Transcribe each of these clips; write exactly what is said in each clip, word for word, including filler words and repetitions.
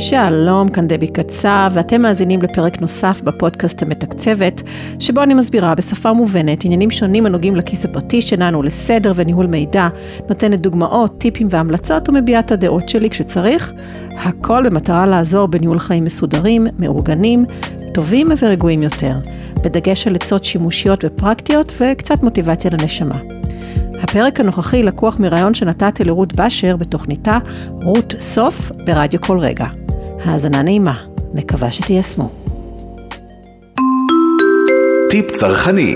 שלום, כאן דבי קצב, ואתם מאזינים לפרק נוסף בפודקאסט המתקצבת, שבו אני מסבירה בשפה מובנת עניינים שונים הנוגעים לכיס הפרטי שלנו, לסדר וניהול מידע, נותנת דוגמאות, טיפים והמלצות ומביעה את הדעות שלי כשצריך, הכל במטרה לעזור בניהול חיים מסודרים, מאורגנים, טובים ורגועים יותר, בדגש על עצות שימושיות ופרקטיות וקצת מוטיבציה לנשמה. הפרק הנוכחי לקוח מרעיון שנתתי לרות בשר בתוכניתה רות סוף ברדיו כל רגע. האזנה נעימה, מקווה שתיישמו. טיפ צרכני.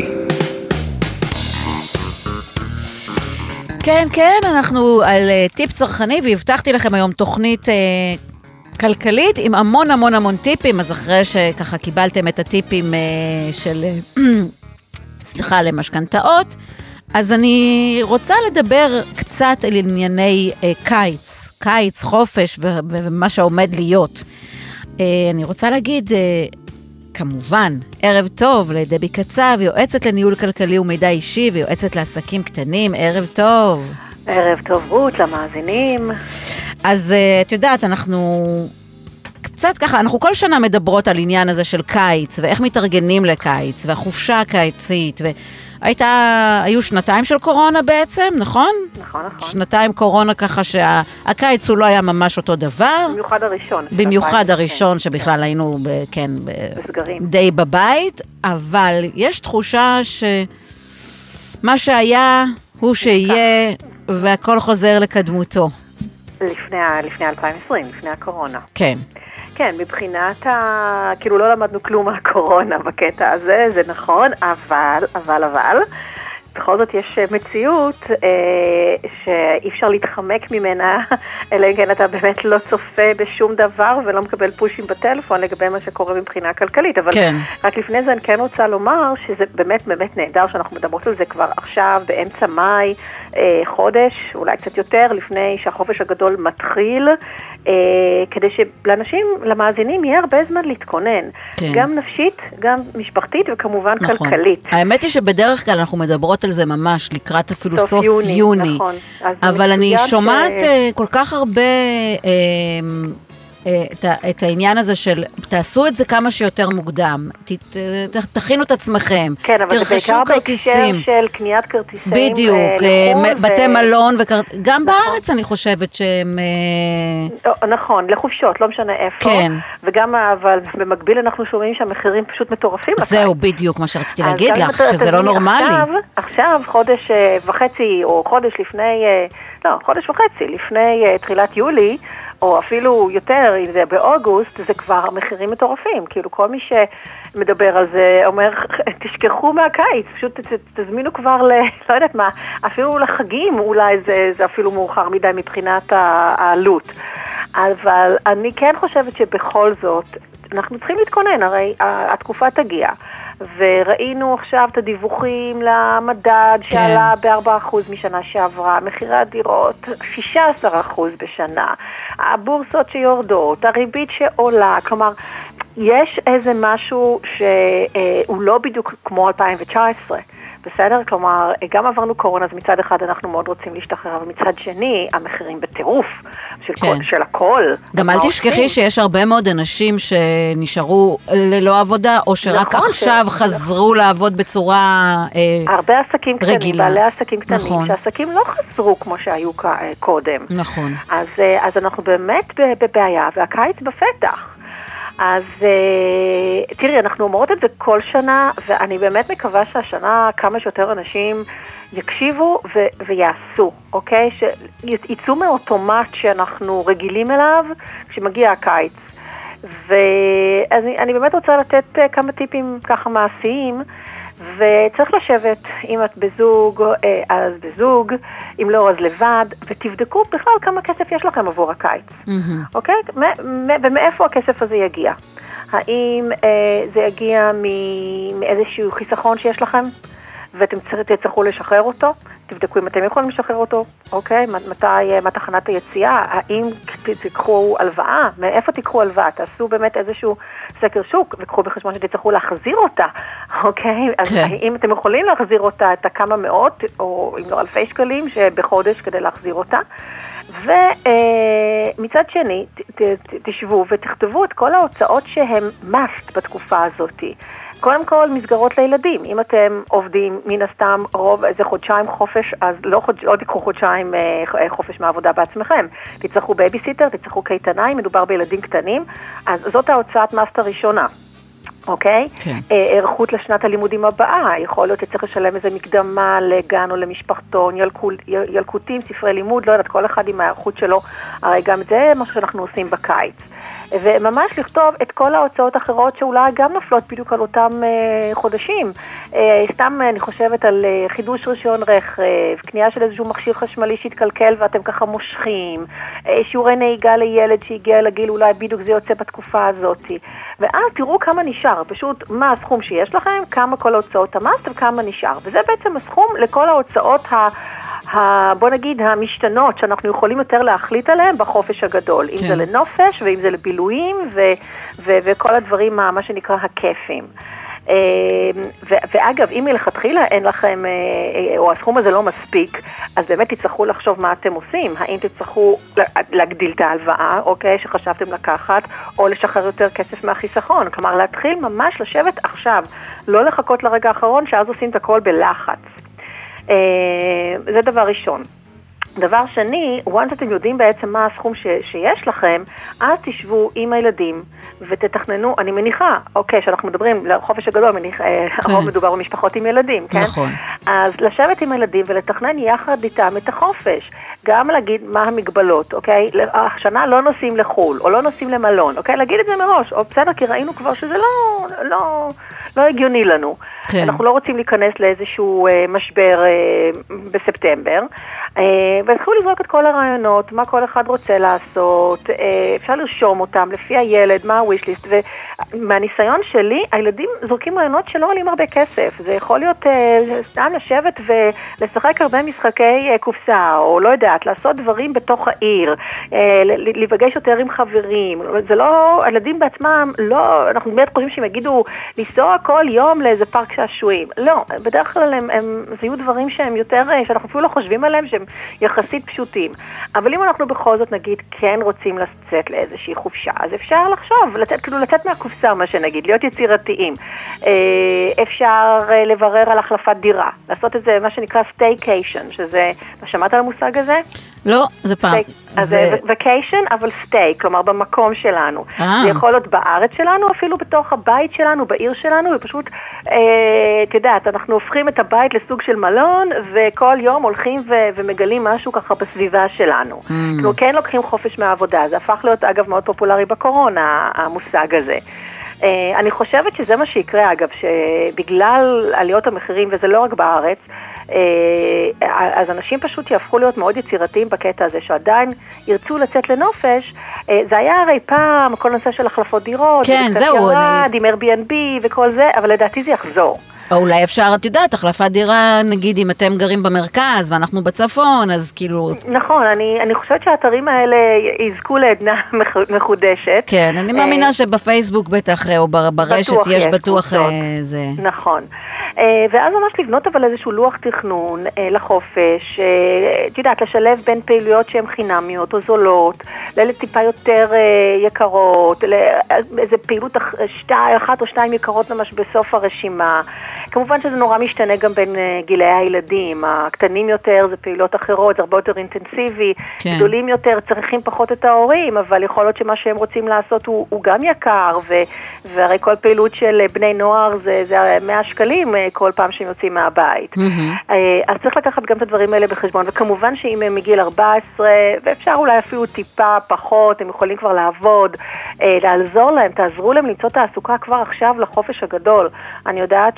כן, כן, אנחנו על טיפ צרכני, והבטחתי לכם היום תוכנית אה, כלכלית עם המון המון המון טיפים, אז אחרי שככה קיבלתם את הטיפים אה, של, סליחה, למשכנתאות, אז אני רוצה לדבר קצת על ענייני אה, קיץ, קיץ, חופש ו- ומה שעומד להיות. אה, אני רוצה להגיד, אה, כמובן, ערב טוב לדבי קצב, יועצת לניהול כלכלי ומידע אישי ויועצת לעסקים קטנים, ערב טוב. ערב טוב רות, למאזינים. אז אה, את יודעת, אנחנו קצת ככה, אנחנו כל שנה מדברות על עניין הזה של קיץ, ואיך מתארגנים לקיץ, והחופשה הקיצית, ו... הייתה, היו שנתיים של קורונה בעצם, נכון? נכון, נכון. שנתיים קורונה ככה שהקיץ הוא לא היה ממש אותו דבר. במיוחד הראשון. במיוחד הראשון שבכלל היינו, ב, כן, בסגרים. די בבית, אבל יש תחושה שמה שהיה הוא שיהיה, והכל חוזר לקדמותו. לפני, לפני אלפיים ועשרים, לפני הקורונה. כן. כן, מבחינת ה... כאילו לא למדנו כלום מהקורונה בקטע הזה, זה נכון, אבל, אבל, אבל, בכל זאת יש מציאות אה, שאי אפשר להתחמק ממנה, אלא אם כן אתה באמת לא צופה בשום דבר ולא מקבל פושים בטלפון לגבי מה שקורה מבחינה כלכלית. אבל כן. רק לפני זה אני כן רוצה לומר שזה באמת באמת נהדר שאנחנו מדברות על זה כבר עכשיו, באמצע מאי, אה, חודש, אולי קצת יותר, לפני שהחופש הגדול מתחיל, אה, כדי שלאנשים, למאזינים, יהיה הרבה זמן להתכונן. כן. גם נפשית, גם משפחתית וכמובן נכון. כלכלית. האמת היא שבדרך כלל אנחנו מדברות על זה ממש לקראת אפילו סוף, סוף יוני, יוני. נכון. אבל אני שומעת ש... כל כך הרבה את, את העניין הזה של תעשו את זה כמה שיותר מוקדם, ת, ת, תכינו את עצמכם, כן, אבל תרכשו כרטיסים. של קניית כרטיסים. בדיוק, בתי ו... מלון, וכר... גם נכון. בארץ אני חושבת שהם... נכון, לחופשות, לא משנה איפה. כן. וגם, אבל במקביל אנחנו שומעים שהמחירים פשוט מטורפים. זהו, בדיוק מה שרציתי להגיד לך, שזה לא נורמלי. עכשיו, עכשיו, חודש וחצי, או חודש לפני, לא, חודש וחצי, לפני תחילת יולי, או אפילו יותר, אם זה באוגוסט, זה כבר המחירים מטורפים. כאילו כל מי שמדבר על זה אומר, תשכחו מהקיץ, פשוט תזמינו כבר ל... לא יודעת מה, אפילו לחגים אולי זה, זה אפילו מאוחר מדי מבחינת העלות. אבל אני כן חושבת שבכל זאת, אנחנו צריכים להתכונן, הרי התקופה תגיע. וראינו עכשיו את הדיווחים למדד שעלה כן. ב-ארבעה אחוז משנה שעברה, מחירי הדירות שישה עשר אחוז בשנה, הבורסות שיורדות, הריבית שעולה, כלומר, יש איזה משהו שהוא לא בדיוק כמו אלפיים תשע עשרה, בסדר? כלומר, גם עברנו קורונה, אז מצד אחד אנחנו מאוד רוצים להשתחרר, אבל מצד שני, המחירים בטירוף של, כן. כל, של הכל. גם אל תשכחי שיש הרבה מאוד אנשים שנשארו ללא עבודה, או שרק נכון, עכשיו ש... חזרו לעבוד בצורה אה, הרבה עסקים רגילה. קטנים, בעלי עסקים קטנים, נכון. שעסקים לא חזרו כמו שהיו קודם. נכון. אז, אז אנחנו באמת בבעיה, והקיץ בפתח. אז תראי, אנחנו אומרות את זה כל שנה, ואני באמת מקווה שהשנה כמה שיותר אנשים יקשיבו ו- ויעשו, אוקיי? שיצאו מאוטומט שאנחנו רגילים אליו כשמגיע הקיץ. ואני אני באמת רוצה לתת כמה טיפים ככה מעשיים, וצריך לשבת, אם את בזוג, אז בזוג, אם לא, אז לבד, ותבדקו בכלל כמה כסף יש לכם עבור הקיץ. Mm-hmm. אוקיי? ומאיפה הכסף הזה יגיע? האם אה, זה יגיע מאיזשהו חיסכון שיש לכם, ואתם תצטרכו לשחרר אותו? תבדקו אם אתם יכולים לשחרר אותו, אוקיי? מתי, מה תחנת היציאה? האם תיקחו הלוואה, מאיפה תיקחו הלוואה? תעשו באמת איזשהו סקר שוק, וקחו בחשבון שתצטרכו להחזיר אותה, אוקיי? אז אם אתם יכולים להחזיר אותה, את הכמה מאות, או אם לא אלפי שקלים, שבחודש כדי להחזיר אותה, ומצד שני, תשבו ותכתבו את כל ההוצאות שהן must בתקופה הזאת. קודם כל, מסגרות לילדים. אם אתם עובדים, מן הסתם, רוב איזה חודשיים חופש, אז לא, חוד... לא תיקחו חודשיים אה, חופש מהעבודה בעצמכם. תצטרכו בייביסיטר, תצטרכו קייטנה, אם מדובר בילדים קטנים, אז זאת ההוצאת מאסטר ראשונה. אוקיי? כן. ערכות לשנת הלימודים הבאה, יכול להיות שצריך לשלם איזה מקדמה לגן או למשפחתון, ילקול, ילקוטים, ספרי לימוד, לא יודעת, כל אחד עם הערכות שלו, הרי גם זה מה שאנחנו עושים בקיץ. וממש לכתוב את כל ההוצאות האחרות שאולי גם נופלות בדיוק על אותם uh, חודשים. Uh, סתם uh, אני חושבת על uh, חידוש רישיון רכב, קנייה של איזשהו מכשיר חשמלי שהתקלקל ואתם ככה מושכים, uh, שיעורי נהיגה לילד שהגיע לגיל, אולי בדיוק זה יוצא בתקופה הזאת. ואז תראו כמה נשאר, פשוט מה הסכום שיש לכם, כמה כל ההוצאות המס וכמה נשאר. וזה בעצם הסכום לכל ההוצאות ה... ה, בוא נגיד, המשתנות שאנחנו יכולים יותר להחליט עליהם בחופש הגדול. כן. אם זה לנופש, ואם זה לבילויים, ו, ו, וכל הדברים, מה שנקרא הכיפים. ו, ואגב, אם מלכתחילה אין לכם, או הסכום הזה לא מספיק, אז באמת תצטרכו לחשוב מה אתם עושים. האם תצטרכו להגדיל את ההלוואה, אוקיי, שחשבתם לקחת, או לשחרר יותר כסף מהחיסכון. כלומר, להתחיל ממש לשבת עכשיו, לא לחכות לרגע האחרון, שאז עושים את הכל בלחץ. זה דבר ראשון. דבר שני, once אתם יודעים בעצם מה הסכום ש, שיש לכם, אז תשבו עם הילדים ותתכננו, אני מניחה, אוקיי, שאנחנו מדברים לחופש הגדול, מניח, כן. הרוב מדובר במשפחות עם ילדים, כן? נכון. אז לשבת עם ילדים ולתכנן יחד איתם את החופש. גם להגיד מה המגבלות, אוקיי? השנה לא נוסעים לחול, או לא נוסעים למלון, אוקיי? להגיד את זה מראש, או בסדר, כי ראינו כבר שזה לא, לא, לא הגיוני לנו. כן. אנחנו לא רוצים להיכנס לאיזשהו אה, משבר אה, בספטמבר, אה, והתחילו לזרוק את כל הרעיונות, מה כל אחד רוצה לעשות, אה, אפשר לרשום אותם לפי הילד, מה הווישליסט, ומהניסיון שלי, הילדים זורקים רעיונות שלא עולים הרבה כסף, זה יכול להיות אה, סתם לשבת ולשחק הרבה משחקי אה, קופסה, או לא יודעת, לעשות דברים בתוך העיר, אה, להיפגש יותר עם חברים, זה לא, הילדים בעצמם, לא, אנחנו באמת חושבים שהם יגידו, לנסוע כל יום לאיזה פארק שעשועים. לא, בדרך כלל הם, הם, זה יהיו דברים שהם יותר, שאנחנו אפילו לא חושבים עליהם, שהם יחסית פשוטים. אבל אם אנחנו בכל זאת נגיד, כן רוצים לצאת לאיזושהי חופשה, אז אפשר לחשוב, לצאת, כאילו לצאת מהקופסה, מה שנגיד, להיות יצירתיים. אפשר לברר על החלפת דירה, לעשות את זה, מה שנקרא סטייקיישן, שזה, אתה שמעת על המושג הזה? לא, זה פעם. אז זה vacation, אבל stay, כלומר במקום שלנו. זה יכול להיות בארץ שלנו, אפילו בתוך הבית שלנו, בעיר שלנו, ופשוט, את יודעת, אנחנו הופכים את הבית לסוג של מלון, וכל יום הולכים ומגלים משהו ככה בסביבה שלנו. כאילו, כן לוקחים חופש מהעבודה, זה הפך להיות, אגב, מאוד פופולרי בקורונה, המושג הזה. אני חושבת שזה מה שיקרה, אגב, שבגלל עליות המחירים, וזה לא רק בארץ, אז אנשים פשוט יהפכו להיות מאוד יצירתיים בקטע הזה, שעדיין ירצו לצאת לנופש. זה היה הרי פעם, כל נושא של החלפות דירות, כן, זהו, ירד, עם Airbnb וכל זה, אבל לדעתי זה יחזור. או אולי אפשר, את יודעת, החלפת דירה, נגיד, אם אתם גרים במרכז ואנחנו בצפון, אז כאילו... נכון, אני, אני חושבת שהאתרים האלה יזכו לעדנה מחודשת. כן, אני מאמינה שבפייסבוק בטח, או ברשת, יש בטוח זה... נכון. ואז ממש לבנות אבל איזשהו לוח תכנון לחופש, את יודעת, לשלב בין פעילויות שהן חינמיות או זולות, לטיפה יותר יקרות, איזו פעילות אחת או שתיים יקרות ממש בסוף הרשימה. כמובן שזה נורא משתנה גם בין גילי הילדים, הקטנים יותר זה פעילות אחרות, זה הרבה יותר אינטנסיבי, כן. גדולים יותר צריכים פחות את ההורים, אבל יכול להיות שמה שהם רוצים לעשות הוא, הוא גם יקר, ו, והרי כל פעילות של בני נוער זה, זה מאה שקלים כל פעם שהם יוצאים מהבית. Mm-hmm. אז צריך לקחת גם את הדברים האלה בחשבון, וכמובן שאם הם מגיל ארבע עשרה, ואפשר אולי אפילו טיפה פחות, הם יכולים כבר לעבוד, לעזור להם, תעזרו להם למצוא תעסוקה כבר עכשיו לחופש הגדול. אני יודעת ש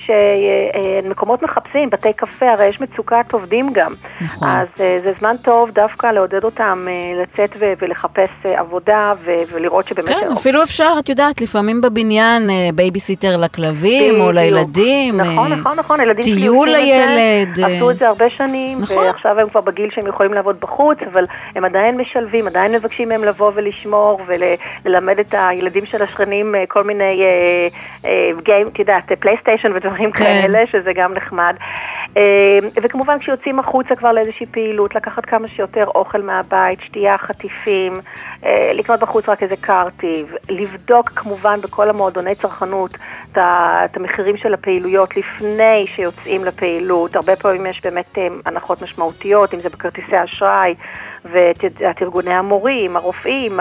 מקומות מחפשים, בתי קפה, הרי יש מצוקת עובדים גם. נכון. אז זה זמן טוב דווקא לעודד אותם לצאת ולחפש עבודה ולראות שבאמת... כן, אפילו אפשר, את יודעת, לפעמים בבניין בייביסיטר לכלבים או לילדים. נכון, נכון, נכון. טיול לילד. עשו את זה הרבה שנים, ועכשיו הם כבר בגיל שהם יכולים לעבוד בחוץ, אבל הם עדיין משלבים, עדיין מבקשים מהם לבוא ולשמור וללמד את הילדים של השכנים כל מיני גיים, את יודעת, פלייסטיישן ודברים כאלה, שזה גם נחמד. וכמובן כשיוצאים החוצה כבר לאיזושהי פעילות, לקחת כמה שיותר אוכל מהבית, שתייה, חטיפים, לקנות בחוץ רק איזה קרטיב, לבדוק כמובן בכל המועדוני צרכנות את המחירים של הפעילויות לפני שיוצאים לפעילות. הרבה פעמים יש באמת הנחות משמעותיות, אם זה בכרטיסי אשראי, ואת ארגוני המורים, הרופאים,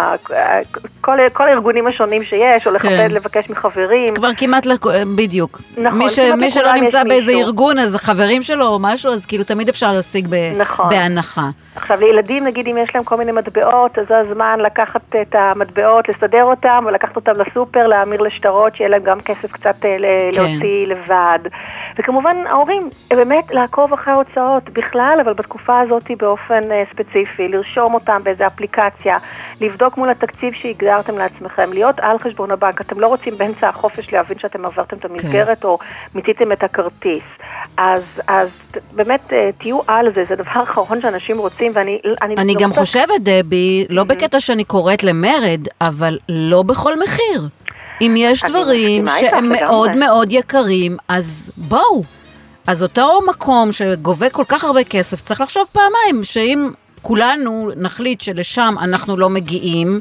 כל, כל הארגונים השונים שיש, או לכבד לבקש מחברים. כבר כמעט, בדיוק. נכון. מי, ש, מי שלא נמצא באיזה מישהו. ארגון, אז החברים שלו או משהו, אז כאילו תמיד אפשר להשיג ב, נכון. בהנחה. עכשיו, לילדים, נגיד, אם יש להם כל מיני מטבעות, אז זה הזמן לקחת את המטבעות, לסדר אותם, ולקחת אותם לסופר, להמיר לשטרות, שיהיה להם גם כסף קצת כן. להוציא לבד. וכמובן, ההורים, באמת לעקוב אחרי ההוצאות בכלל, אבל בתקופה הזאת באופן ספציפי, לרשום אותם באיזו אפליקציה, לבדוק מול התקציב שהגדרתם לעצמכם, להיות על חשבון הבנק. אתם לא רוצים באמצע החופש להבין שאתם עברתם את המסגרת, כן. או מיציתם את הכרטיס. אז, אז באמת תהיו על זה, זה דבר אחרון שאנשים רוצים, ואני... אני, אני גם חושבת, דבי, לא בקטע שאני קוראת למרד, אבל לא בכל מחיר. אם יש דברים שהם מאוד מאוד יקרים, אז בואו. אז אותו מקום שגובה כל כך הרבה כסף, צריך לחשוב פעמיים, שאם כולנו נחליט שלשם אנחנו לא מגיעים,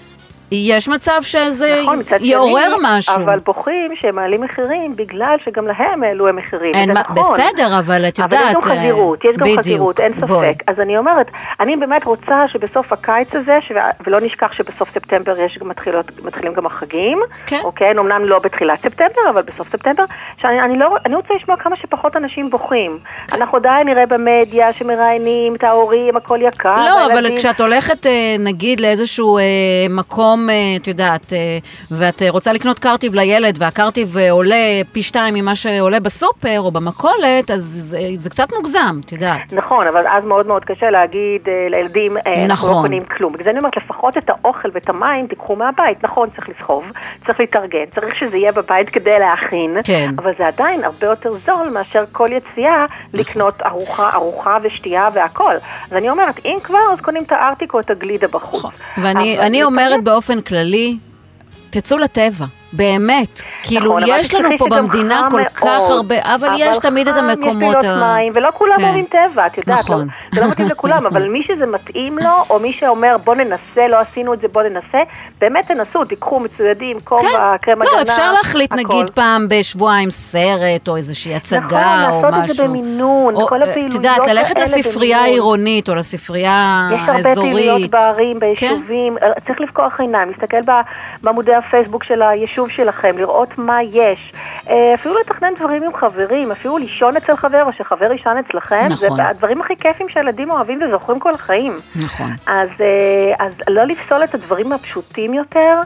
יש מצב שזה נכון, יעורר משהו. אבל בוחרים שהם מעלים מחירים בגלל שגם להם העלו המחירים. אין מה, נכון. בסדר, אבל את יודעת... אבל יש גם חזירות, יש גם בדיוק, חזירות, אין ספק. בואי. אז אני אומרת, אני באמת רוצה שבסוף הקיץ הזה, ש... ולא נשכח שבסוף ספטמבר יש גם מתחילות, מתחילים גם החגים, כן. אוקיי, אמנם לא בתחילת ספטמבר, אבל בסוף ספטמבר, שאני אני לא, אני רוצה לשמוע כמה שפחות אנשים בוחרים. כן. אנחנו עדיין נראה במדיה שמראיינים את ההורים, הכל יקר. לא, אבל כשאת הולכת, נגיד, לאיזשהו מקום, את יודעת, ואת רוצה לקנות קרטיב לילד, והקרטיב עולה פי שתיים ממה שעולה בסופר או במכולת, אז זה, זה קצת מוגזם, את יודעת. נכון, אבל אז מאוד מאוד קשה להגיד לילדים, נכון. אנחנו לא קונים כלום. בגלל זה אני אומרת, לפחות את האוכל ואת המים תיקחו מהבית. נכון, צריך לסחוב, צריך להתארגן, צריך שזה יהיה בבית כדי להכין, כן. אבל זה עדיין הרבה יותר זול מאשר כל יציאה לקנות ארוחה, ארוחה ושתייה והכל. אז אני אומרת, אם כבר, אז קונים את הארטיק או את הגלידה בחוץ. ואני אני אומרת באופן כללי, תצאו לטבע, באמת. כאילו, יש לנו פה במדינה כל כך הרבה, אבל יש תמיד את המקומות... ולא כולם אוהבים טבע, את יודעת, זה לא מתאים לכולם, אבל מי שזה מתאים לו, או מי שאומר, בוא ננסה, לא עשינו את זה, בוא ננסה, באמת תנסו, תיקחו מצוידים, כובע, קרם הגנה, לא, אפשר להחליט, נגיד, פעם בשבועיים סרט, או איזושהי הצגה, או משהו. נכון, לעשות את זה במינון, כל הפעילויות האלה. את יודעת, ללכת לספרייה העירונית, או לספרייה האזורית. יש הרבה פעילויות בערים, ביישובים, צריך לפקוח עיניים, להסתכל בעמודי הפייסבוק של היישוב שלכם, לראות מה יש. אפילו לתכנן דברים עם חברים, אפילו לישון אצל חבר, או שחבר ישן אצלכם, נכון. זה הדברים הכי כיפים שהילדים אוהבים וזוכרים כל החיים. נכון. אז, אז לא לפסול את הדברים הפשוטים יותר,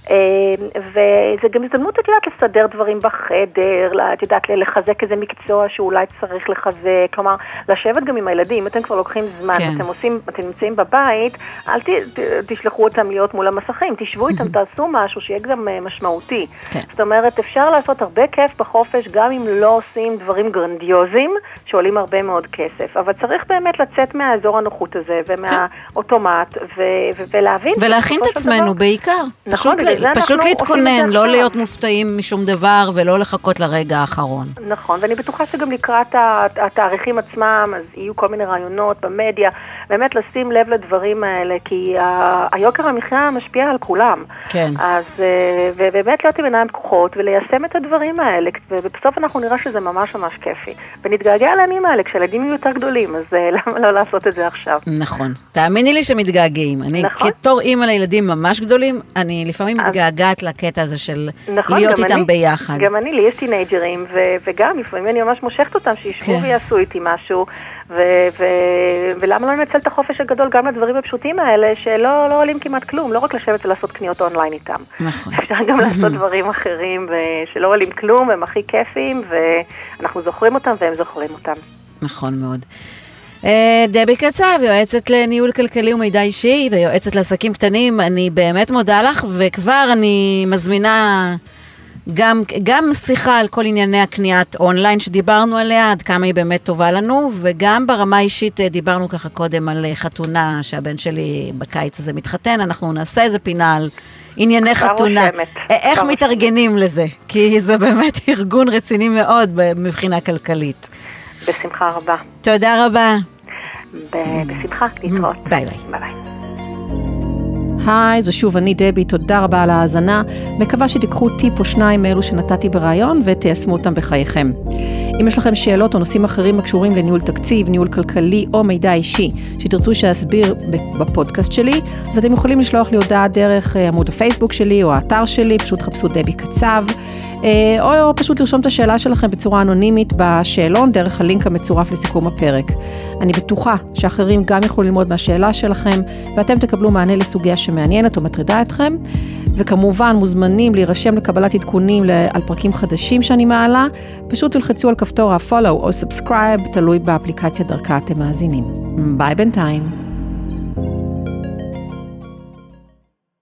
וזה גם הזדמנות, את יודעת, לסדר דברים בחדר, את יודעת, לחזק איזה מקצוע שאולי צריך לחזק, כלומר, לשבת גם עם הילדים, אם אתם כבר לוקחים זמן, כן. אתם עושים, אתם נמצאים בבית, אל ת, ת, תשלחו אותם להיות מול המסכים, תשבו איתם, תעשו משהו שיהיה גם משמעותי. כן. זאת אומרת, אפשר לעשות הרבה כיף בחופש, גם אם לא עושים דברים גרנדיוזיים, שעולים הרבה מאוד כסף, אבל צריך באמת לצאת מהאזור הנוחות הזה, ומהאוטומט, ו- ו- ולהבין. ולהכין את עצמנו בעיקר. נכון, פשוט להתכונן, לא להיות מופתעים משום דבר, ולא לחכות לרגע האחרון. נכון, ואני בטוחה שגם לקראת התאריכים עצמם, אז יהיו כל מיני רעיונות במדיה, באמת לשים לב לדברים האלה, כי היוקר המחיה משפיע על כולם. כן. אז, ובאמת להיות עם עיניים פקוחות, וליישם את הדברים האלה, ובסוף אנחנו נראה שזה ממש ממש כיפי. ונתגעגע על העניינים האלה, כשילדים יהיו יותר גדולים, אז למה לא לעשות את זה עכשיו? נכון. תאמיני לי שמתגעגעים. אני כתור אימא לילדים ממש גדולים, אני לפעמים מתגעגעת לקטע הזה של נכון, להיות איתם אני, ביחד. גם אני, לי יש טינג'רים, ו- וגם לפעמים אני ממש מושכת אותם, שישבו כן. ויעשו איתי משהו, ו- ו- ולמה לא לנצל את החופש הגדול גם לדברים הפשוטים האלה, שלא לא עולים כמעט כלום, לא רק לשבת ולעשות קניות אונליין איתם. נכון. אפשר גם לעשות דברים אחרים, שלא עולים כלום, הם הכי כיפים, ואנחנו זוכרים אותם והם זוכרים אותם. נכון מאוד. דבי קצב, יועצת לניהול כלכלי ומידע אישי, ויועצת לעסקים קטנים, אני באמת מודה לך, וכבר אני מזמינה גם, גם שיחה על כל ענייני הקניית אונליין שדיברנו עליה, עד כמה היא באמת טובה לנו, וגם ברמה אישית דיברנו ככה קודם על חתונה, שהבן שלי בקיץ הזה מתחתן, אנחנו נעשה איזה פינה על ענייני חתונה. איך מתארגנים לזה? כי זה באמת ארגון רציני מאוד מבחינה כלכלית. בשמחה רבה. תודה רבה. בשמחה, להתראות. ביי ביי. ביי ביי. היי, זו שוב אני דבי, תודה רבה על ההאזנה. מקווה שתיקחו טיפ או שניים מאלו שנתתי ברעיון ותיישמו אותם בחייכם. אם יש לכם שאלות או נושאים אחרים הקשורים לניהול תקציב, ניהול כלכלי או מידע אישי, שתרצו שאסביר בפודקאסט שלי, אז אתם יכולים לשלוח לי הודעה דרך עמוד הפייסבוק שלי או האתר שלי, פשוט חפשו דבי קצב, או פשוט לרשום את השאלה שלכם בצורה אנונימית בשאלון דרך הלינק המצורף לסיכום הפרק. אני בטוחה שאחרים גם יכולים ללמוד מהשאלה שלכם, ואתם תקבלו מענה לסוגיה שמעניינת או מטרידה אתכם, וכמובן מוזמנים להירשם לקבלת עדכונים על פרקים חדשים שאני מעלה, פשוט תלחצו על כפתור ה-follow או subscribe, תלוי באפליקציה דרכה אתם מאזינים. ביי בינתיים.